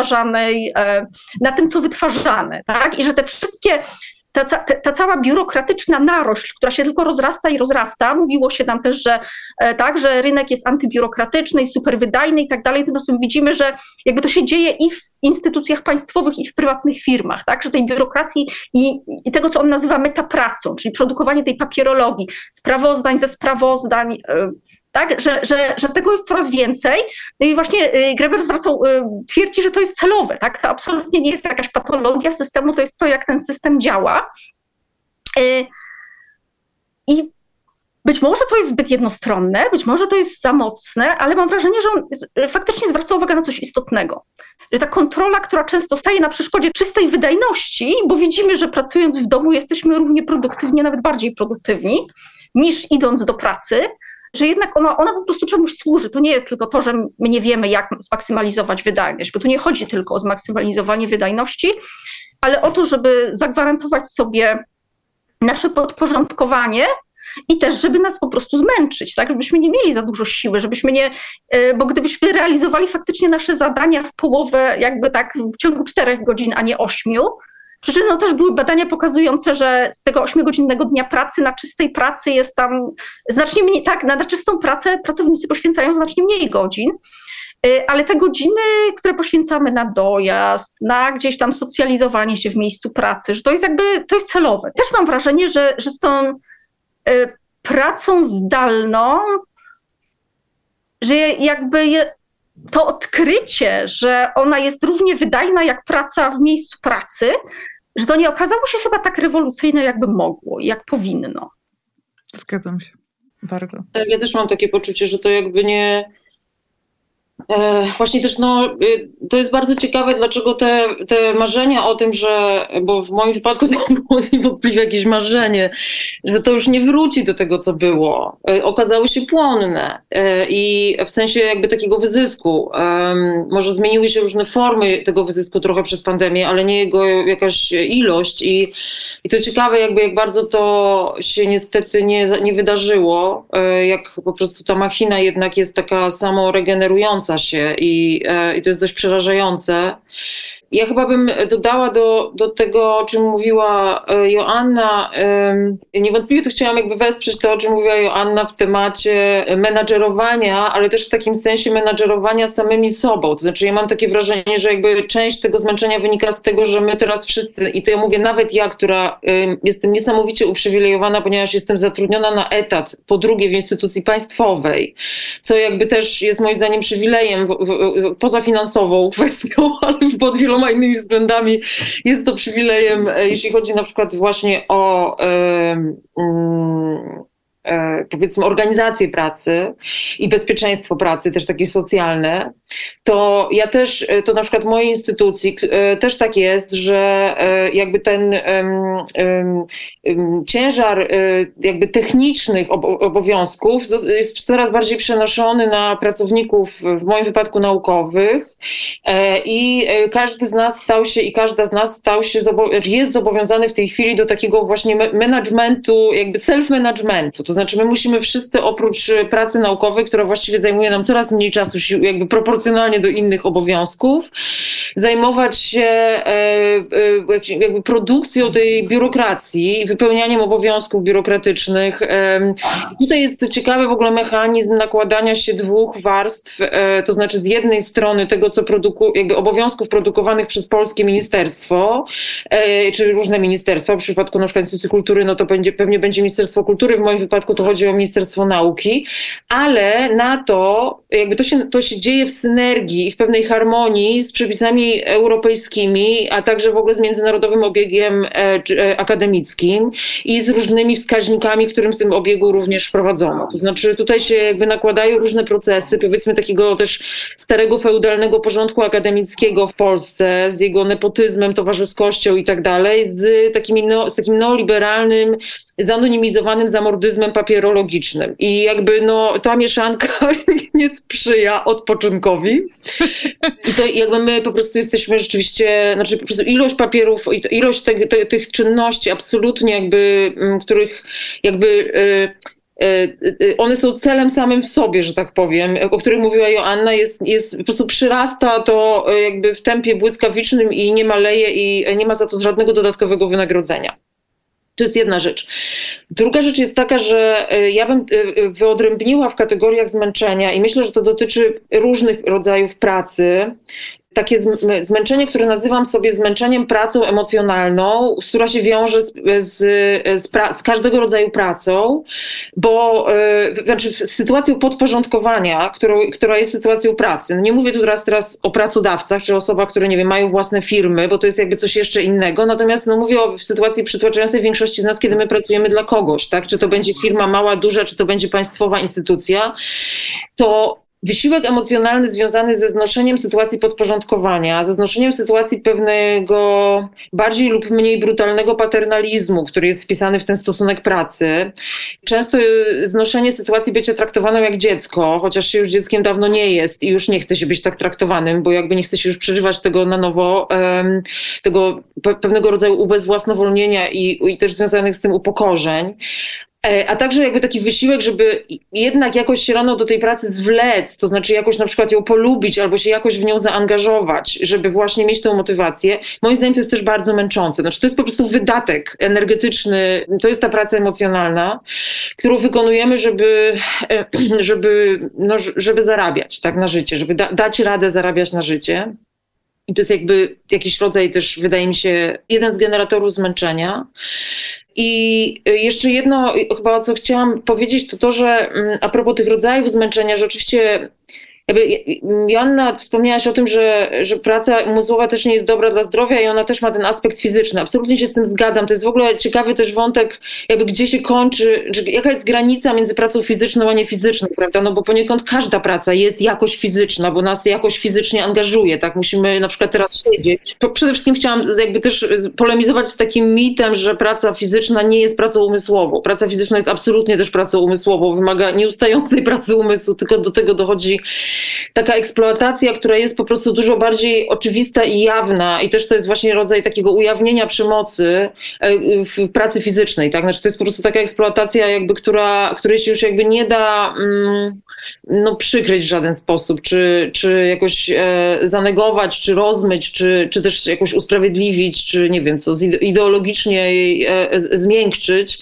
na tym, co wytwarzane, tak? I że te wszystkie ta cała biurokratyczna narośl, która się tylko rozrasta i rozrasta, mówiło się nam też, że rynek jest antybiurokratyczny i superwydajny i tak dalej, tymczasem widzimy, że jakby to się dzieje i w instytucjach państwowych, i w prywatnych firmach, tak, że tej biurokracji i tego, co on nazywa metapracą, czyli produkowanie tej papierologii, sprawozdań ze sprawozdań, tak, że tego jest coraz więcej. No i właśnie Graeber twierdzi, że to jest celowe, tak? To absolutnie nie jest jakaś patologia systemu, to jest to, jak ten system działa. I Być może to jest zbyt jednostronne, być może to jest za mocne, ale mam wrażenie, że on faktycznie zwraca uwagę na coś istotnego. Że ta kontrola, która często staje na przeszkodzie czystej wydajności, bo widzimy, że pracując w domu jesteśmy równie produktywni, nawet bardziej produktywni, niż idąc do pracy, że jednak ona po prostu czemuś służy. To nie jest tylko to, że my nie wiemy, jak zmaksymalizować wydajność, bo tu nie chodzi tylko o zmaksymalizowanie wydajności, ale o to, żeby zagwarantować sobie nasze podporządkowanie i też, żeby nas po prostu zmęczyć, tak? Żebyśmy nie mieli za dużo siły, żebyśmy nie, bo gdybyśmy realizowali faktycznie nasze zadania w połowę, jakby tak w ciągu 4 godzin, a nie 8, przy czym no też były badania pokazujące, że z tego 8-godzinnego dnia pracy na czystej pracy jest tam znacznie mniej, tak, na czystą pracę pracownicy poświęcają znacznie mniej godzin, ale te godziny, które poświęcamy na dojazd, na gdzieś tam socjalizowanie się w miejscu pracy, że to jest celowe. Też mam wrażenie, że z tą pracą zdalną, że jakby to odkrycie, że ona jest równie wydajna jak praca w miejscu pracy, że to nie okazało się chyba tak rewolucyjne, jakby mogło, jak powinno. Zgadzam się bardzo. Ja też mam takie poczucie, że to jakby nie... Właśnie też to jest bardzo ciekawe, dlaczego te marzenia o tym, że, bo w moim przypadku to było niewątpliwie jakieś marzenie, że to już nie wróci do tego, co było, okazały się płonne i w sensie jakby takiego wyzysku. Może zmieniły się różne formy tego wyzysku trochę przez pandemię, ale nie jego jakaś ilość i to ciekawe jakby jak bardzo to się niestety nie wydarzyło, jak po prostu ta machina jednak jest taka samoregenerująca się i to jest dość przerażające. Ja chyba bym dodała do tego, o czym mówiła Joanna. Niewątpliwie to chciałam jakby wesprzeć to, o czym mówiła Joanna w temacie menadżerowania, ale też w takim sensie menadżerowania samymi sobą. To znaczy ja mam takie wrażenie, że jakby część tego zmęczenia wynika z tego, że my teraz wszyscy, i to ja mówię nawet ja, która jestem niesamowicie uprzywilejowana, ponieważ jestem zatrudniona na etat, po drugie w instytucji państwowej, co jakby też jest moim zdaniem przywilejem poza finansową kwestią, ale pod wieloma innymi względami jest to przywilejem, jeśli chodzi na przykład właśnie o powiedzmy organizację pracy i bezpieczeństwo pracy, też takie socjalne, to ja też, to na przykład w mojej instytucji też tak jest, że jakby ten ciężar jakby technicznych obowiązków jest coraz bardziej przenoszony na pracowników, w moim wypadku naukowych, i każdy z nas stał się i każda z nas jest zobowiązany w tej chwili do takiego właśnie managementu, jakby self-managementu. To znaczy my musimy wszyscy oprócz pracy naukowej, która właściwie zajmuje nam coraz mniej czasu, jakby proporcjonalnie do innych obowiązków, zajmować się jakby produkcją tej biurokracji, wypełnianiem obowiązków biurokratycznych. Tutaj jest ciekawy w ogóle mechanizm nakładania się 2 warstw, to znaczy z jednej strony tego, co jakby obowiązków produkowanych przez polskie ministerstwo, czy różne ministerstwa, w przypadku na przykład Instytutu Kultury, no to pewnie będzie Ministerstwo Kultury, w moim wypadku to chodzi o Ministerstwo Nauki, ale na to jakby to się dzieje w synergii i w pewnej harmonii z przepisami europejskimi, a także w ogóle z międzynarodowym obiegiem akademickim i z różnymi wskaźnikami, którym w tym obiegu również wprowadzono. To znaczy tutaj się jakby nakładają różne procesy, powiedzmy takiego też starego feudalnego porządku akademickiego w Polsce, z jego nepotyzmem, towarzyskością i tak dalej, z takim neoliberalnym, zanonimizowanym zamordyzmem papierologicznym. I jakby ta mieszanka nie sprzyja odpoczynkowi. I to jakby my po prostu jesteśmy rzeczywiście, znaczy po prostu ilość papierów, ilość tych czynności absolutnie jakby, których jakby one są celem samym w sobie, że tak powiem, o których mówiła Joanna, jest po prostu przyrasta to jakby w tempie błyskawicznym i nie maleje i nie ma za to żadnego dodatkowego wynagrodzenia. To jest jedna rzecz. Druga rzecz jest taka, że ja bym wyodrębniła w kategoriach zmęczenia i myślę, że to dotyczy różnych rodzajów pracy, takie zmęczenie, które nazywam sobie zmęczeniem pracą emocjonalną, która się wiąże z każdego rodzaju pracą, bo znaczy z sytuacją podporządkowania, która jest sytuacją pracy. No nie mówię tu teraz o pracodawcach, czy osobach, które, nie wiem, mają własne firmy, bo to jest jakby coś jeszcze innego, natomiast no mówię o sytuacji przytłaczającej większości z nas, kiedy my pracujemy dla kogoś, tak? Czy to będzie firma mała, duża, czy to będzie państwowa instytucja, to wysiłek emocjonalny związany ze znoszeniem sytuacji podporządkowania, ze znoszeniem sytuacji pewnego bardziej lub mniej brutalnego paternalizmu, który jest wpisany w ten stosunek pracy. Często znoszenie sytuacji bycia traktowaną jak dziecko, chociaż się już dzieckiem dawno nie jest i już nie chce się być tak traktowanym, bo jakby nie chce się już przeżywać tego na nowo, tego pewnego rodzaju ubezwłasnowolnienia i też związanych z tym upokorzeń. A także jakby taki wysiłek, żeby jednak jakoś się rano do tej pracy zwlec, to znaczy jakoś na przykład ją polubić albo się jakoś w nią zaangażować, żeby właśnie mieć tę motywację. Moim zdaniem to jest też bardzo męczące. Znaczy to jest po prostu wydatek energetyczny, to jest ta praca emocjonalna, którą wykonujemy, żeby zarabiać tak na życie, żeby dać radę zarabiać na życie. I to jest jakby jakiś rodzaj też, wydaje mi się, jeden z generatorów zmęczenia. I jeszcze jedno, chyba o co chciałam powiedzieć, to, że a propos tych rodzajów zmęczenia, że oczywiście Joanna, wspomniałaś o tym, że praca umysłowa też nie jest dobra dla zdrowia i ona też ma ten aspekt fizyczny. Absolutnie się z tym zgadzam. To jest w ogóle ciekawy też wątek, jakby gdzie się kończy, jaka jest granica między pracą fizyczną a niefizyczną, prawda? No bo poniekąd każda praca jest jakoś fizyczna, bo nas jakoś fizycznie angażuje, tak? Musimy na przykład teraz siedzieć. Przede wszystkim chciałam jakby też polemizować z takim mitem, że praca fizyczna nie jest pracą umysłową. Praca fizyczna jest absolutnie też pracą umysłową, wymaga nieustającej pracy umysłu, tylko do tego dochodzi taka eksploatacja, która jest po prostu dużo bardziej oczywista i jawna i też to jest właśnie rodzaj takiego ujawnienia przemocy w pracy fizycznej, tak? Znaczy to jest po prostu taka eksploatacja jakby, której się już jakby nie da przykryć w żaden sposób, czy jakoś zanegować, czy rozmyć, czy też jakoś usprawiedliwić, czy nie wiem co, ideologicznie jej zmiękczyć,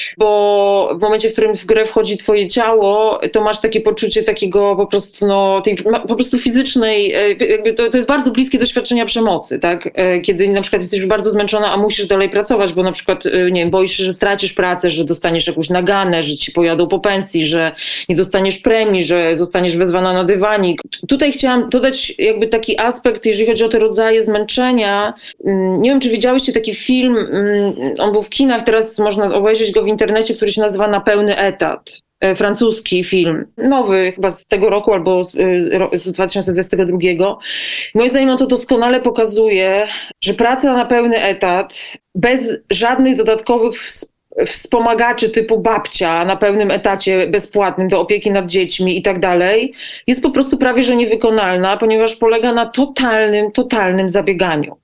bo w momencie, w którym w grę wchodzi twoje ciało, to masz takie poczucie takiego po prostu tej po prostu fizycznej, jakby to jest bardzo bliskie doświadczenia przemocy, tak? Kiedy na przykład jesteś już bardzo zmęczona, a musisz dalej pracować, bo na przykład, nie wiem, boisz się, że stracisz pracę, że dostaniesz jakąś naganę, że ci pojadą po pensji, że nie dostaniesz premii, że zostaniesz wezwana na dywanik. Tutaj chciałam dodać jakby taki aspekt, jeżeli chodzi o te rodzaje zmęczenia. Nie wiem, czy widziałyście taki film, on był w kinach, teraz można obejrzeć go w internecie, który się nazywa Na pełny etat. Francuski film, nowy chyba z tego roku albo z 2022. Moim zdaniem on to doskonale pokazuje, że praca na pełny etat bez żadnych dodatkowych wspomagaczy typu babcia na pełnym etacie bezpłatnym do opieki nad dziećmi i tak dalej, jest po prostu prawie że niewykonalna, ponieważ polega na totalnym zabieganiu.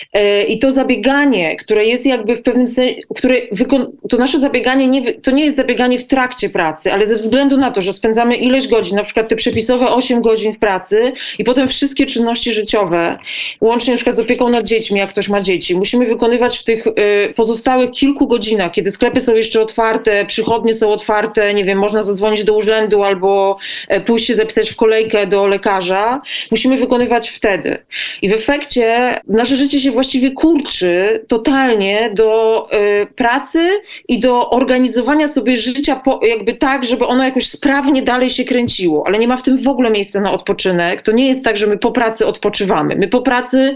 I to zabieganie, które jest jakby w pewnym sensie, to nasze zabieganie to nie jest zabieganie w trakcie pracy, ale ze względu na to, że spędzamy ileś godzin, na przykład te przepisowe 8 godzin w pracy i potem wszystkie czynności życiowe, łącznie na przykład z opieką nad dziećmi, jak ktoś ma dzieci, musimy wykonywać w tych pozostałych kilku godzinach, kiedy sklepy są jeszcze otwarte, przychodnie są otwarte, nie wiem, można zadzwonić do urzędu albo pójść się zapisać w kolejkę do lekarza, musimy wykonywać wtedy. I w efekcie nasze życie się właściwie kurczy totalnie do pracy i do organizowania sobie życia jakby tak, żeby ono jakoś sprawnie dalej się kręciło, ale nie ma w tym w ogóle miejsca na odpoczynek. To nie jest tak, że my po pracy odpoczywamy. My po pracy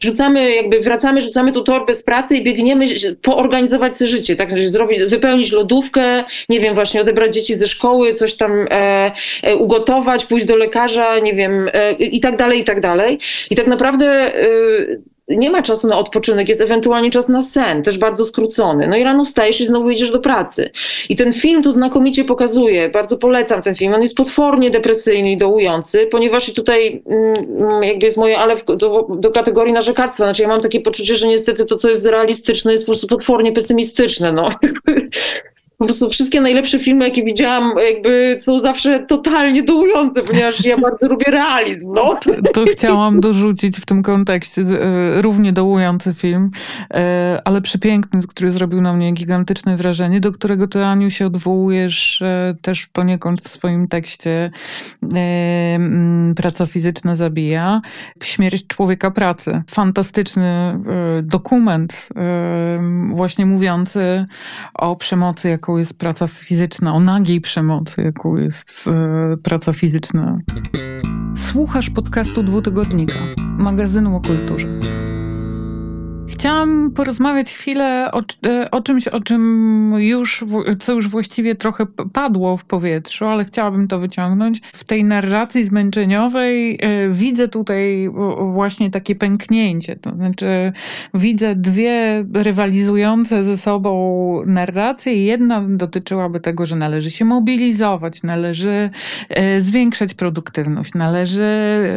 wracamy, rzucamy tu torbę z pracy i biegniemy poorganizować sobie życie, tak? Wypełnić lodówkę, nie wiem, właśnie odebrać dzieci ze szkoły, coś tam ugotować, pójść do lekarza, nie wiem, i tak dalej, i tak dalej. I tak naprawdę nie ma czasu na odpoczynek, jest ewentualnie czas na sen, też bardzo skrócony. No i rano wstajesz i znowu idziesz do pracy. I ten film to znakomicie pokazuje, bardzo polecam ten film, on jest potwornie depresyjny i dołujący, ponieważ i tutaj jakby jest moje ale do kategorii narzekactwa, znaczy ja mam takie poczucie, że niestety to, co jest realistyczne, jest po prostu potwornie pesymistyczne, no. po prostu wszystkie najlepsze filmy, jakie widziałam, jakby są zawsze totalnie dołujące, ponieważ ja bardzo lubię realizm. No. To chciałam dorzucić w tym kontekście równie dołujący film, ale przepiękny, który zrobił na mnie gigantyczne wrażenie, do którego ty, Aniu, się odwołujesz też poniekąd w swoim tekście Praca fizyczna zabija. Śmierć człowieka pracy. Fantastyczny dokument właśnie mówiący o przemocy, jaką jest praca fizyczna, o nagiej przemocy, jaką jest praca fizyczna. Słuchasz podcastu Dwutygodnika, magazynu o kulturze. Chciałam porozmawiać chwilę o czymś, co już właściwie trochę padło w powietrzu, ale chciałabym to wyciągnąć. W tej narracji zmęczeniowej widzę tutaj właśnie takie pęknięcie. To znaczy widzę dwie rywalizujące ze sobą narracje. Jedna dotyczyłaby tego, że należy się mobilizować, należy zwiększać produktywność, należy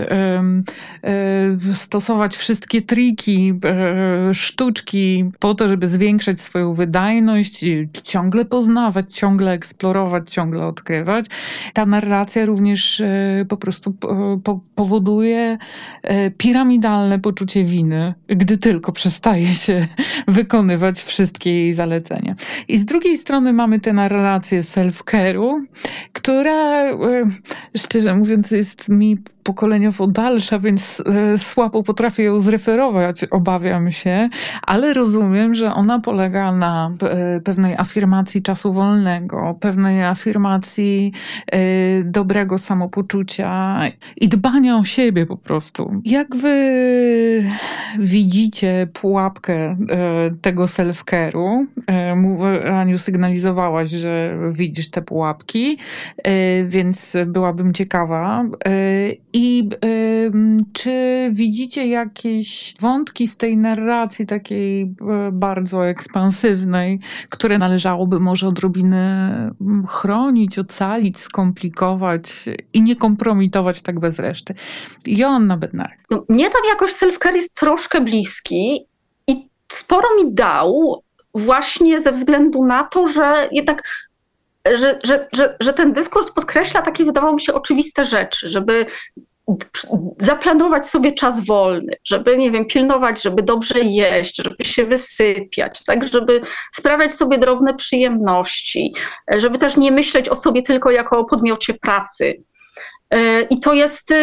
stosować wszystkie triki, sztuczki po to, żeby zwiększać swoją wydajność, ciągle poznawać, ciągle eksplorować, ciągle odkrywać. Ta narracja również po prostu powoduje piramidalne poczucie winy, gdy tylko przestaje się wykonywać wszystkie jej zalecenia. I z drugiej strony mamy tę narrację self-care'u, która, szczerze mówiąc, jest mi pokoleniowo dalsza, więc słabo potrafię ją zreferować, obawiam się, ale rozumiem, że ona polega na pewnej afirmacji czasu wolnego, pewnej afirmacji dobrego samopoczucia i dbania o siebie po prostu. Jak wy widzicie pułapkę tego self-care'u? Aniu, sygnalizowałaś, że widzisz te pułapki, więc byłabym ciekawa. I czy widzicie jakieś wątki z tej narracji takiej bardzo ekspansywnej, które należałoby może odrobinę chronić, ocalić, skomplikować i nie kompromitować tak bez reszty? Joanna Bednarek. Mnie tam jakoś self-care jest troszkę bliski i sporo mi dał właśnie ze względu na to, że jednak że ten dyskurs podkreśla takie, wydawało mi się, oczywiste rzeczy, żeby zaplanować sobie czas wolny, żeby, nie wiem, pilnować, żeby dobrze jeść, żeby się wysypiać, tak, żeby sprawiać sobie drobne przyjemności, żeby też nie myśleć o sobie tylko jako o podmiocie pracy. I to jest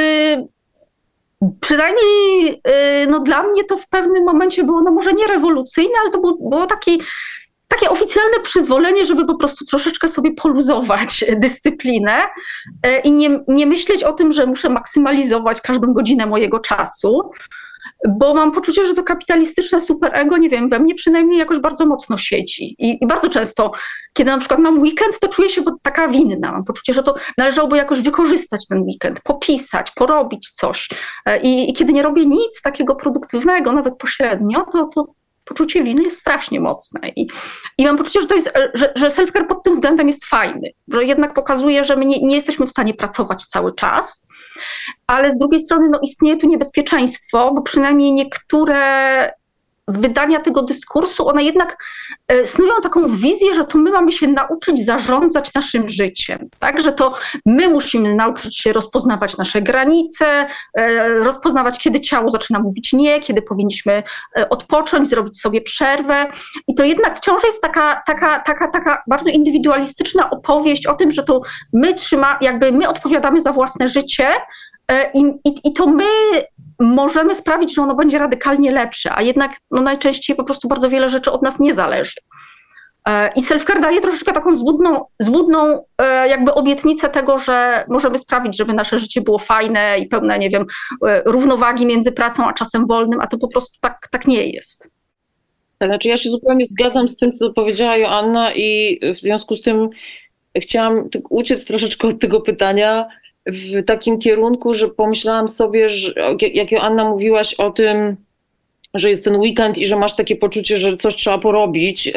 przynajmniej no, dla mnie to w pewnym momencie było, no może nie rewolucyjne, ale to było takie oficjalne przyzwolenie, żeby po prostu troszeczkę sobie poluzować dyscyplinę i nie myśleć o tym, że muszę maksymalizować każdą godzinę mojego czasu, bo mam poczucie, że to kapitalistyczne superego, nie wiem, we mnie przynajmniej jakoś bardzo mocno siedzi. I bardzo często, kiedy na przykład mam weekend, to czuję się taka winna. Mam poczucie, że to należałoby jakoś wykorzystać ten weekend, popisać, porobić coś. I kiedy nie robię nic takiego produktywnego, nawet pośrednio, to poczucie winy jest strasznie mocne. I mam poczucie, że to jest, że self-care pod tym względem jest fajny, że jednak pokazuje, że my nie jesteśmy w stanie pracować cały czas, ale z drugiej strony no, istnieje tu niebezpieczeństwo, bo przynajmniej niektóre wydania tego dyskursu, one jednak snują taką wizję, że to my mamy się nauczyć zarządzać naszym życiem, tak? Że to my musimy nauczyć się rozpoznawać nasze granice, rozpoznawać, kiedy ciało zaczyna mówić nie, kiedy powinniśmy odpocząć, zrobić sobie przerwę. I to jednak wciąż jest taka bardzo indywidualistyczna opowieść o tym, że to my odpowiadamy za własne życie i to my możemy sprawić, że ono będzie radykalnie lepsze, a jednak no, najczęściej po prostu bardzo wiele rzeczy od nas nie zależy. I self-care daje troszeczkę taką złudną jakby obietnicę tego, że możemy sprawić, żeby nasze życie było fajne i pełne, nie wiem, równowagi między pracą a czasem wolnym, a to po prostu tak nie jest. Znaczy ja się zupełnie zgadzam z tym, co powiedziała Joanna i w związku z tym chciałam uciec troszeczkę od tego pytania w takim kierunku, że pomyślałam sobie, że jak Joanna mówiłaś o tym, że jest ten weekend i że masz takie poczucie, że coś trzeba porobić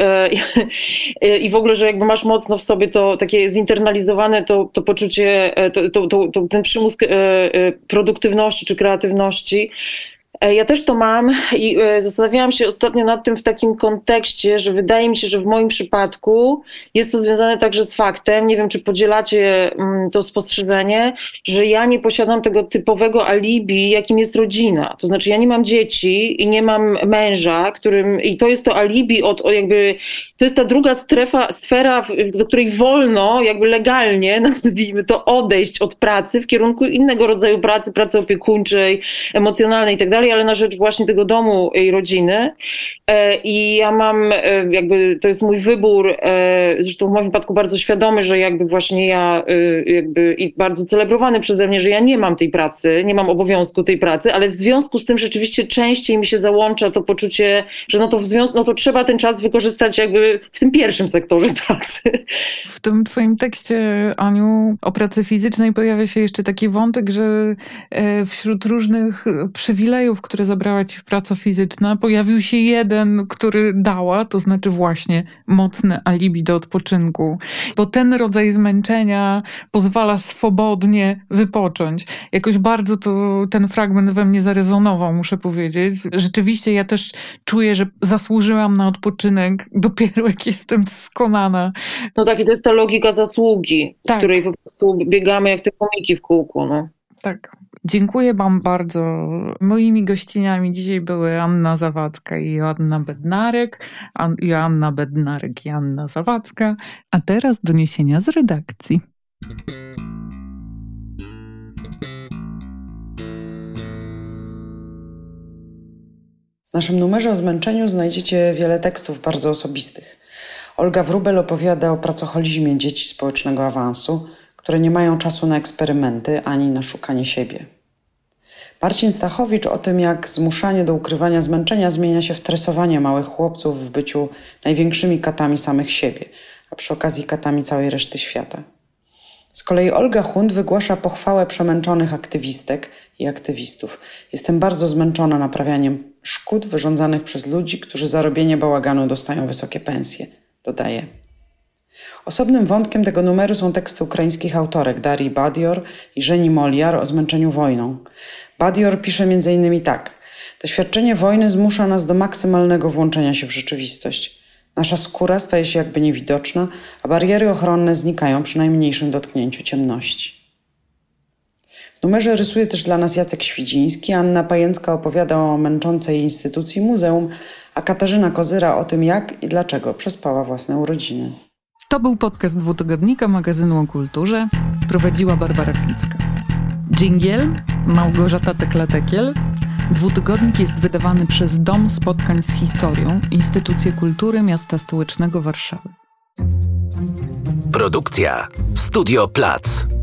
i w ogóle, że jakby masz mocno w sobie to takie zinternalizowane to poczucie, ten przymus produktywności czy kreatywności, Ja też to mam i zastanawiałam się ostatnio nad tym w takim kontekście, że wydaje mi się, że w moim przypadku jest to związane także z faktem, nie wiem, czy podzielacie to spostrzeżenie, że ja nie posiadam tego typowego alibi, jakim jest rodzina. To znaczy ja nie mam dzieci i nie mam męża, i to jest to alibi to jest ta druga sfera, do której wolno, jakby legalnie, nazwijmy to, odejść od pracy w kierunku innego rodzaju pracy opiekuńczej, emocjonalnej i tak dalej, ale na rzecz właśnie tego domu i rodziny. I ja mam to jest mój wybór, zresztą w moim wypadku bardzo świadomy, że jakby właśnie ja i bardzo celebrowany przeze mnie, że ja nie mam tej pracy, nie mam obowiązku tej pracy, ale w związku z tym rzeczywiście częściej mi się załącza to poczucie, że to trzeba ten czas wykorzystać jakby w tym pierwszym sektorze pracy. W tym twoim tekście, Aniu, o pracy fizycznej pojawia się jeszcze taki wątek, że wśród różnych przywilejów, które zabrała ci praca fizyczna, pojawił się jeden, który dała, to znaczy właśnie mocne alibi do odpoczynku. Bo ten rodzaj zmęczenia pozwala swobodnie wypocząć. Jakoś bardzo ten fragment we mnie zarezonował, muszę powiedzieć. Rzeczywiście ja też czuję, że zasłużyłam na odpoczynek dopiero jak jestem skonana. No tak, i to jest ta logika zasługi, w której po prostu biegamy jak te komiki w kółku. No. Tak. Dziękuję wam bardzo. Moimi gościniami dzisiaj były Anna Zawadzka i Joanna Bednarek. Joanna Bednarek i Anna Zawadzka. A teraz doniesienia z redakcji. W naszym numerze o zmęczeniu znajdziecie wiele tekstów bardzo osobistych. Olga Wróbel opowiada o pracoholizmie dzieci społecznego awansu, które nie mają czasu na eksperymenty ani na szukanie siebie. Marcin Stachowicz o tym, jak zmuszanie do ukrywania zmęczenia zmienia się w tresowanie małych chłopców w byciu największymi katami samych siebie, a przy okazji katami całej reszty świata. Z kolei Olga Hund wygłasza pochwałę przemęczonych aktywistek i aktywistów. Jestem bardzo zmęczona naprawianiem szkód wyrządzanych przez ludzi, którzy za robienie bałaganu dostają wysokie pensje, dodaje. Osobnym wątkiem tego numeru są teksty ukraińskich autorek Darii Badior i Żeni Moliar o zmęczeniu wojną. Badior pisze m.in. tak. Doświadczenie wojny zmusza nas do maksymalnego włączenia się w rzeczywistość. Nasza skóra staje się jakby niewidoczna, a bariery ochronne znikają przy najmniejszym dotknięciu ciemności. W numerze rysuje też dla nas Jacek Świdziński, Anna Pajęcka opowiada o męczącej instytucji muzeum, a Katarzyna Kozyra o tym, jak i dlaczego przespała własne urodziny. To był podcast Dwutygodnika magazynu o kulturze. Prowadziła Barbara Klicka. Dżingiel Małgorzata Tekla-Tekiel. Dwutygodnik jest wydawany przez Dom Spotkań z Historią, Instytucję Kultury Miasta Stołecznego Warszawy. Produkcja Studio Plac.